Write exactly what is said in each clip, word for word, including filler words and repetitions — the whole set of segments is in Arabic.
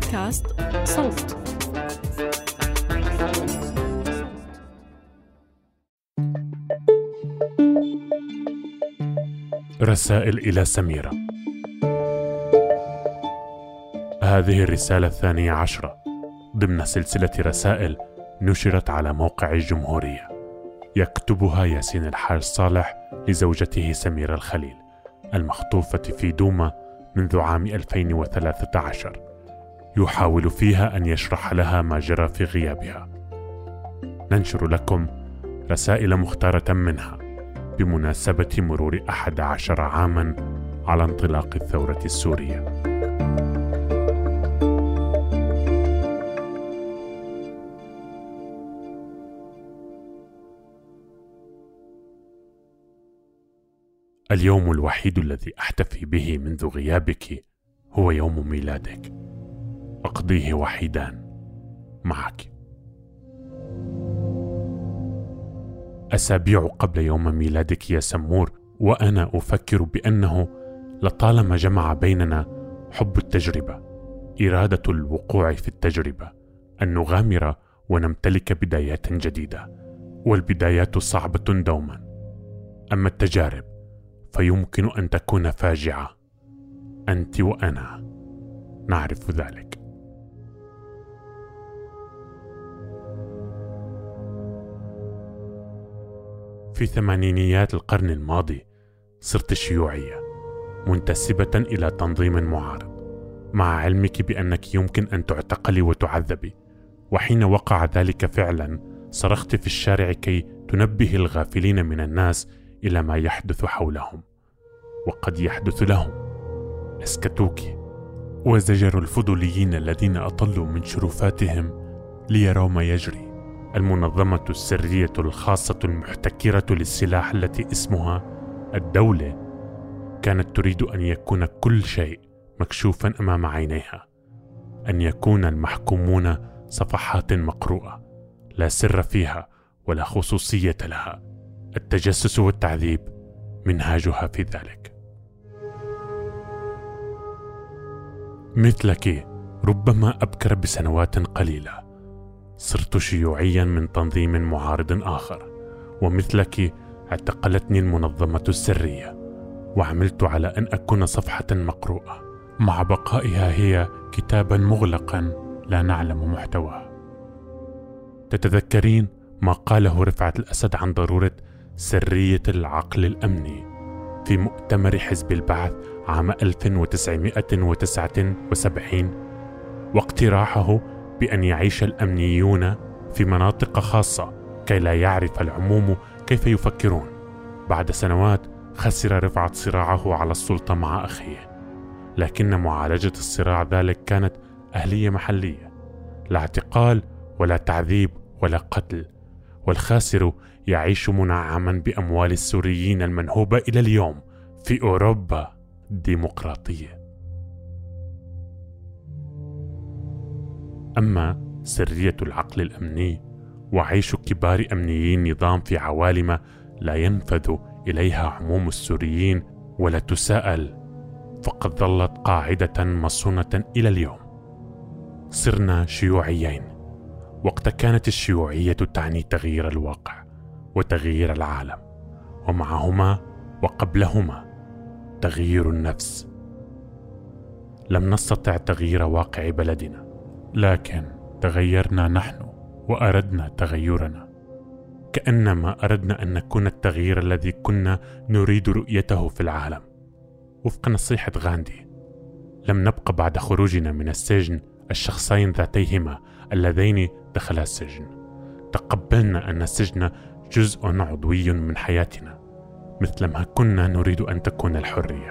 بودكاست صوت. رسائل إلى سميرة. هذه الرسالة الثانية عشرة ضمن سلسلة رسائل نشرت على موقع الجمهورية، يكتبها ياسين الحاج صالح لزوجته سميرة الخليل المخطوفة في دوما منذ عام ألفين وثلاثة عشر، يحاول فيها أن يشرح لها ما جرى في غيابها. ننشر لكم رسائل مختارة منها بمناسبة مرور أحد عشر عاما على انطلاق الثورة السورية. اليوم الوحيد الذي أحتفي به منذ غيابك هو يوم ميلادك، أقضيه وحيدان معك. أسابيع قبل يوم ميلادك يا سمور وأنا أفكر بأنه لطالما جمع بيننا حب التجربة، إرادة الوقوع في التجربة، أن نغامر ونمتلك بدايات جديدة، والبدايات صعبة دوما، أما التجارب فيمكن أن تكون فاجعة. أنت وأنا نعرف ذلك. في ثمانينيات القرن الماضي صرت شيوعية منتسبة إلى تنظيم معارض، مع علمك بأنك يمكن أن تعتقلي وتعذبي، وحين وقع ذلك فعلا صرخت في الشارع كي تنبه الغافلين من الناس إلى ما يحدث حولهم وقد يحدث لهم. أسكتوك وزجروا الفضوليين الذين أطلوا من شرفاتهم ليروا ما يجري. المنظمة السرية الخاصة المحتكرة للسلاح التي اسمها الدولة كانت تريد أن يكون كل شيء مكشوفا أمام عينيها، أن يكون المحكومون صفحات مقروءة لا سر فيها ولا خصوصية لها. التجسس والتعذيب منهاجها في ذلك. مثلك ربما أبكر بسنوات قليلة صرت شيوعيا من تنظيم معارض آخر، ومثلك اعتقلتني المنظمة السرية وعملت على أن أكون صفحة مقروءة، مع بقائها هي كتابا مغلقا لا نعلم محتواه. تتذكرين ما قاله رفعت الأسد عن ضرورة سرية العقل الأمني في مؤتمر حزب البعث عام ألف وتسعمائة وتسعة وسبعين، واقتراحه بأن يعيش الأمنيون في مناطق خاصة كي لا يعرف العموم كيف يفكرون. بعد سنوات خسر رفعت صراعه على السلطة مع أخيه، لكن معالجة الصراع ذلك كانت أهلية محلية، لا اعتقال ولا تعذيب ولا قتل، والخاسر يعيش منعما بأموال السوريين المنهوبة إلى اليوم في أوروبا الديمقراطية. أما سرية العقل الأمني وعيش كبار أمنيي النظام في عوالم لا ينفذ إليها عموم السوريين ولا تساءل، فقد ظلت قاعدة مصونة إلى اليوم. صرنا شيوعيين وقت كانت الشيوعية تعني تغيير الواقع وتغيير العالم، ومعهما وقبلهما تغيير النفس. لم نستطع تغيير واقع بلدنا، لكن تغيرنا نحن وأردنا تغيرنا، كأنما أردنا أن نكون التغيير الذي كنا نريد رؤيته في العالم. وفق نصيحة غاندي، لم نبق بعد خروجنا من السجن الشخصين ذاتيهما اللذين دخلا السجن. تقبلنا أن السجن جزء عضوي من حياتنا، مثلما كنا نريد أن تكون الحرية.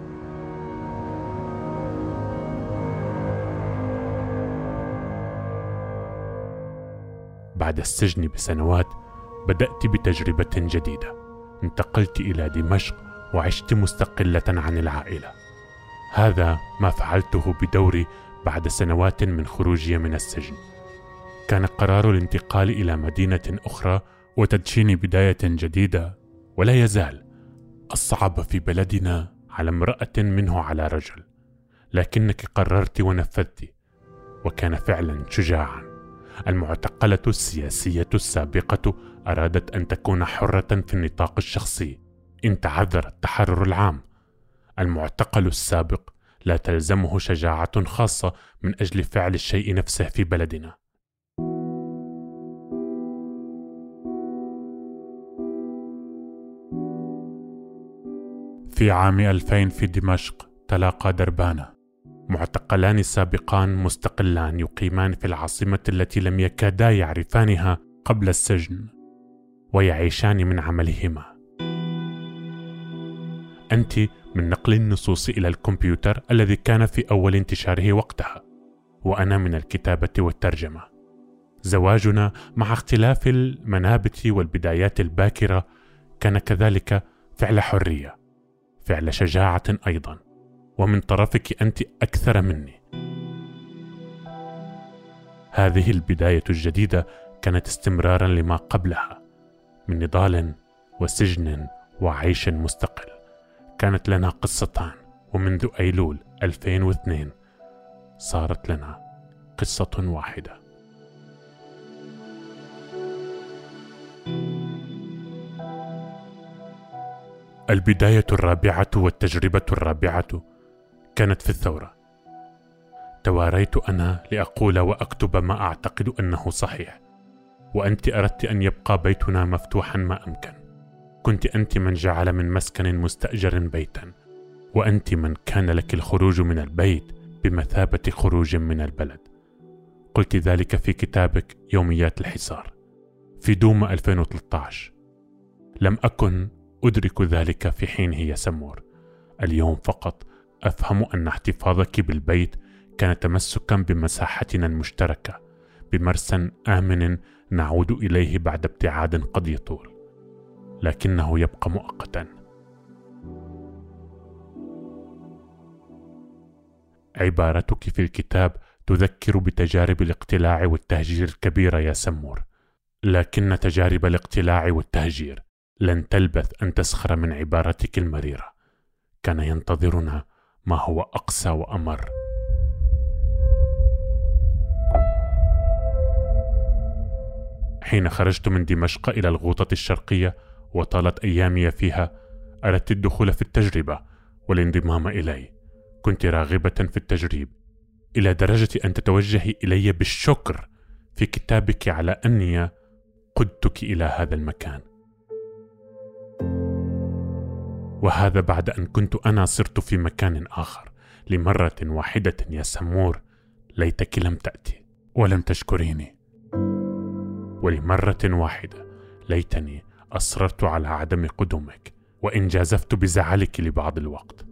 بعد السجن بسنوات بدأت بتجربة جديدة. انتقلت إلى دمشق وعشت مستقلة عن العائلة. هذا ما فعلته بدوري بعد سنوات من خروجي من السجن. كان قرار الانتقال إلى مدينة أخرى وتدشين بداية جديدة، ولا يزال الصعب في بلدنا على امرأة منه على رجل، لكنك قررت ونفذت. وكان فعلا شجاعا. المعتقلة السياسية السابقة أرادت أن تكون حرة في النطاق الشخصي إن تعذر التحرر العام. المعتقل السابق لا تلزمه شجاعة خاصة من أجل فعل الشيء نفسه في بلدنا. في عام ألفين في دمشق تلاقى دربان، معتقلان سابقان مستقلان يقيمان في العاصمة التي لم يكادا يعرفانها قبل السجن، ويعيشان من عملهما. أنت من نقل النصوص إلى الكمبيوتر الذي كان في أول انتشاره وقتها، وأنا من الكتابة والترجمة. زواجنا مع اختلاف المنابت والبدايات الباكرة كان كذلك فعل حرية، فعل شجاعة أيضا، ومن طرفك أنت أكثر مني. هذه البداية الجديدة كانت استمرارا لما قبلها من نضال وسجن وعيش مستقل. كانت لنا قصتان، ومنذ أيلول ألفين واثنين صارت لنا قصة واحدة. البداية الرابعة والتجربة الرابعة كانت في الثورة. تواريت أنا لأقول وأكتب ما أعتقد أنه صحيح، وأنت أردت أن يبقى بيتنا مفتوحا ما أمكن. كنت أنت من جعل من مسكن مستأجر بيتا، وأنت من كان لك الخروج من البيت بمثابة خروج من البلد. قلت ذلك في كتابك يوميات الحصار في دوما ألفين وثلاثة عشر. لم أكن أدرك ذلك في حينه يا سمور. اليوم فقط أفهم أن احتفاظك بالبيت كان تمسكا بمساحتنا المشتركة، بمرسى آمن نعود إليه بعد ابتعاد قد يطول، لكنه يبقى مؤقتا. عبارتك في الكتاب تذكر بتجارب الاقتلاع والتهجير الكبيرة يا سمور، لكن تجارب الاقتلاع والتهجير لن تلبث أن تسخر من عبارتك المريرة. كان ينتظرنا ما هو أقسى وأمر. حين خرجت من دمشق إلى الغوطة الشرقية وطالت أيامي فيها، أردت الدخول في التجربة والانضمام إلي. كنت راغبة في التجريب إلى درجة أن تتوجهي إلي بالشكر في كتابك على أني قدتك إلى هذا المكان، وهذا بعد أن كنت أنا صرت في مكان آخر لمرة واحدة يا سمور. ليتك لم تأتي ولم تشكريني، ولمرة واحدة ليتني أصررت على عدم قدومك وإن جازفت بزعلك لبعض الوقت.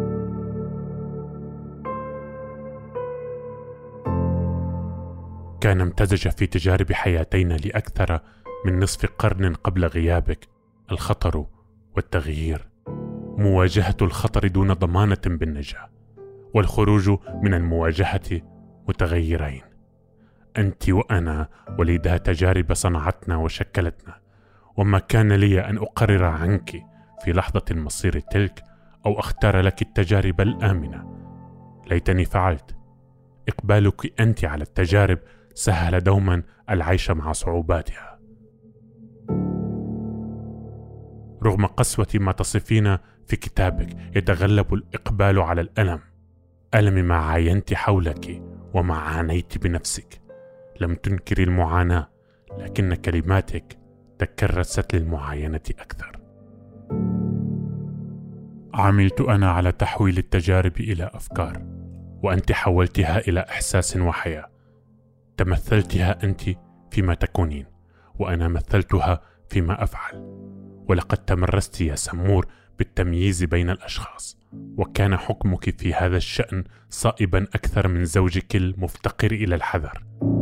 كان امتزج في تجارب حياتينا لأكثر من نصف قرن قبل غيابك الخطر والتغيير، مواجهة الخطر دون ضمانة بالنجاة، والخروج من المواجهة متغيرين. أنت وأنا وليدا تجارب صنعتنا وشكلتنا، وما كان لي أن أقرر عنك في لحظة المصير تلك أو أختار لك التجارب الآمنة. ليتني فعلت. إقبالك أنت على التجارب سهل دوما العيش مع صعوباتها. رغم قسوة ما تصفين في كتابك، يتغلب الإقبال على الألم، ألم ما عاينت حولك وما عانيت بنفسك. لم تنكري المعاناة، لكن كلماتك تكرست للمعاينة أكثر. عملت أنا على تحويل التجارب إلى أفكار، وأنت حولتها إلى إحساس وحياة. تمثلتها أنت فيما تكونين، وأنا مثلتها فيما أفعل. ولقد تمرست يا سمور بالتمييز بين الأشخاص، وكان حكمك في هذا الشأن صائبا أكثر من زوجك المفتقر إلى الحذر.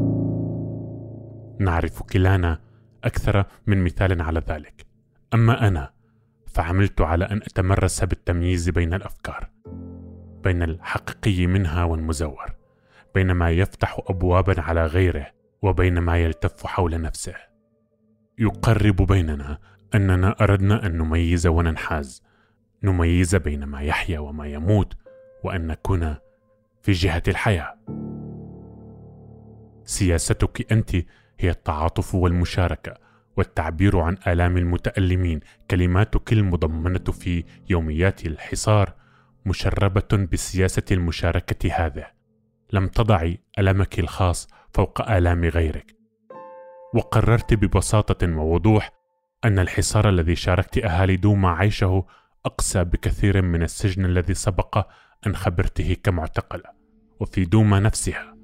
نعرف كلانا أكثر من مثال على ذلك. أما أنا فعملت على أن أتمرس بالتمييز بين الأفكار، بين الحقيقي منها والمزور، بين ما يفتح أبوابا على غيره وبين ما يلتف حول نفسه. يقرب بيننا أننا أردنا أن نميز وننحاز، نميز بين ما يحيا وما يموت، وأن نكون في جهة الحياة. سياستك أنت هي التعاطف والمشاركة والتعبير عن آلام المتألمين. كلماتك المضمنة في يوميات الحصار مشربة بسياسة المشاركة. هذا لم تضعي ألمك الخاص فوق آلام غيرك، وقررت ببساطة ووضوح أن الحصار الذي شاركت أهالي دوما عيشه أقسى بكثير من السجن الذي سبق أن خبرته كمعتقلة. وفي دوما نفسها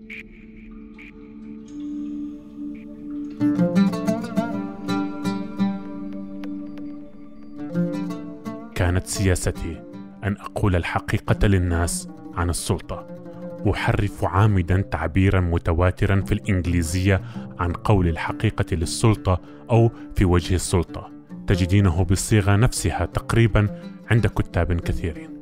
كانت سياستي أن أقول الحقيقة للناس عن السلطة. أحرف عامدا تعبيرا متواترا في الإنجليزية عن قول الحقيقة للسلطة أو في وجه السلطة، تجدينه بالصيغة نفسها تقريبا عند كتاب كثيرين.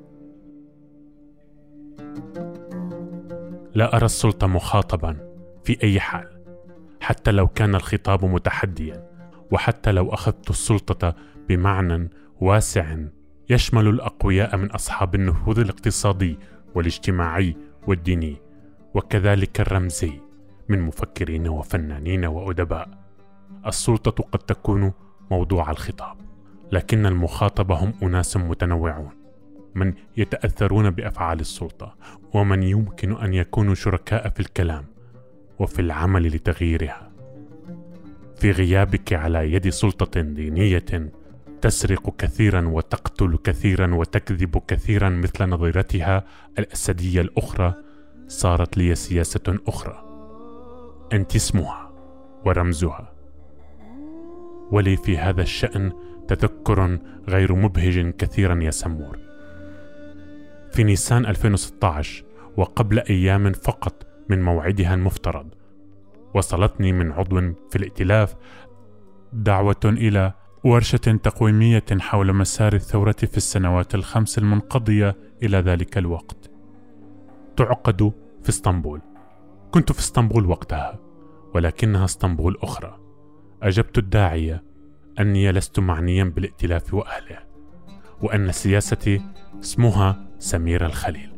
لا أرى السلطة مخاطبا في أي حال، حتى لو كان الخطاب متحديا، وحتى لو أخذت السلطة بمعنى واسع يشمل الأقوياء من أصحاب النفوذ الاقتصادي والاجتماعي والديني، وكذلك الرمزي من مفكرين وفنانين وأدباء. السلطة قد تكون موضوع الخطاب، لكن المخاطب هم أناس متنوعون، من يتأثرون بأفعال السلطة، ومن يمكن أن يكونوا شركاء في الكلام وفي العمل لتغييرها. في غيابك على يد سلطة دينية تسرق كثيرا وتقتل كثيرا وتكذب كثيرا مثل نظيرتها الأسدية الأخرى، صارت لي سياسة أخرى. أنت اسمها ورمزها، ولي في هذا الشأن تذكر غير مبهج كثيرا يا سمور. في نيسان ألفين وستة عشر وقبل أيام فقط من موعدها المفترض، وصلتني من عضو في الائتلاف دعوة إلى ورشة تقويمية حول مسار الثورة في السنوات الخمس المنقضية إلى ذلك الوقت، تعقد في اسطنبول. كنت في اسطنبول وقتها، ولكنها اسطنبول أخرى. أجبت الداعية أني لست معنيا بالائتلاف وأهله، وأن سياستي اسمها سمير الخليل.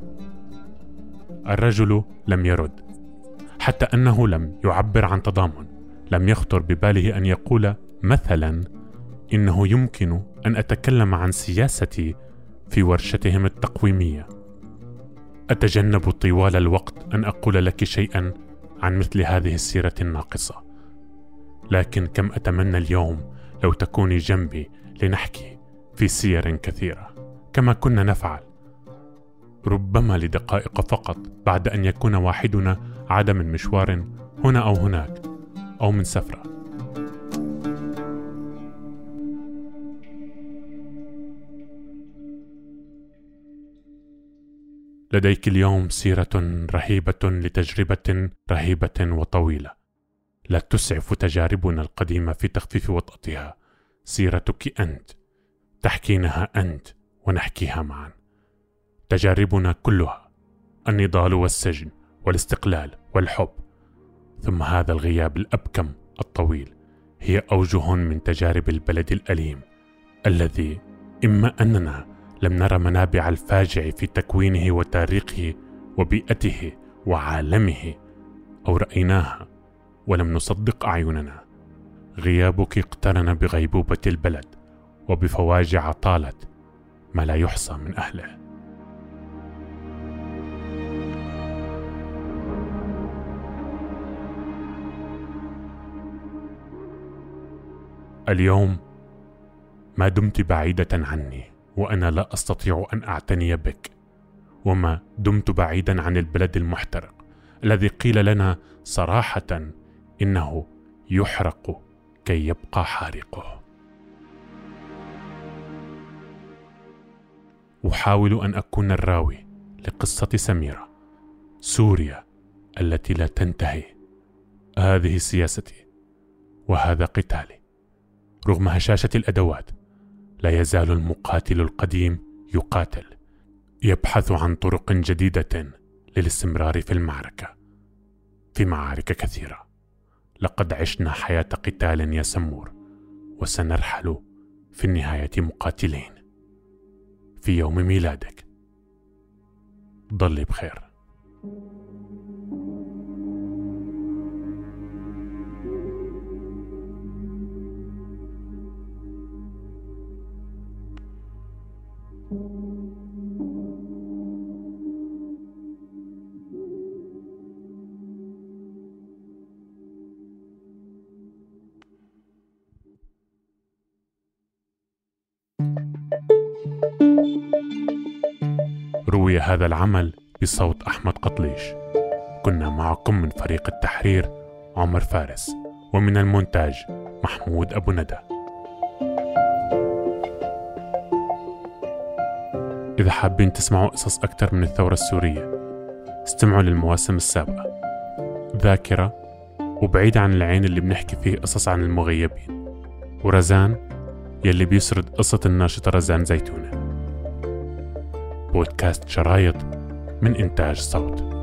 الرجل لم يرد، حتى أنه لم يعبر عن تضامن. لم يخطر بباله أن يقول مثلا إنه يمكن أن أتكلم عن سياستي في ورشتهم التقويمية. أتجنب طوال الوقت أن أقول لك شيئا عن مثل هذه السيرة الناقصة، لكن كم أتمنى اليوم لو تكوني جنبي لنحكي في سير كثيرة كما كنا نفعل، ربما لدقائق فقط بعد أن يكون واحدنا عاد من مشوار هنا أو هناك أو من سفرة. لديك اليوم سيرة رهيبة لتجربة رهيبة وطويلة، لا تسعف تجاربنا القديمة في تخفيف وطأتها. سيرتك أنت، تحكينها أنت ونحكيها معا. تجاربنا كلها النضال والسجن والاستقلال والحب، ثم هذا الغياب الأبكم الطويل، هي أوجه من تجارب البلد الأليم الذي إما أننا لم نرى منابع الفاجع في تكوينه وتاريخه وبيئته وعالمه، أو رأيناها ولم نصدق أعيننا. غيابك اقترن بغيبوبة البلد وبفواجع طالت ما لا يحصى من أهله. اليوم ما دمت بعيدة عني وأنا لا أستطيع أن أعتني بك، وما دمت بعيدا عن البلد المحترق الذي قيل لنا صراحة إنه يحرق كي يبقى حارقه. أحاول أن أكون الراوي لقصة سميرة، سوريا التي لا تنتهي. هذه سياستي وهذا قتالي. رغم هشاشة الأدوات لا يزال المقاتل القديم يقاتل، يبحث عن طرق جديدة للاستمرار في المعركة، في معارك كثيرة. لقد عشنا حياة قتال يا سمور، وسنرحل في النهاية مقاتلين. في يوم ميلادك ضل بخير. روي هذا العمل بصوت أحمد قطليش. كنا معكم من فريق التحرير عمر فارس، ومن المونتاج محمود أبو ندى. إذا حابين تسمعوا قصص أكتر من الثورة السورية استمعوا للمواسم السابقة، ذاكرة وبعيد عن العين اللي بنحكي فيه قصص عن المغيبين، ورزان يلي بيسرد قصة الناشطة رزان زيتونة. بودكاست شرايط من إنتاج صوت.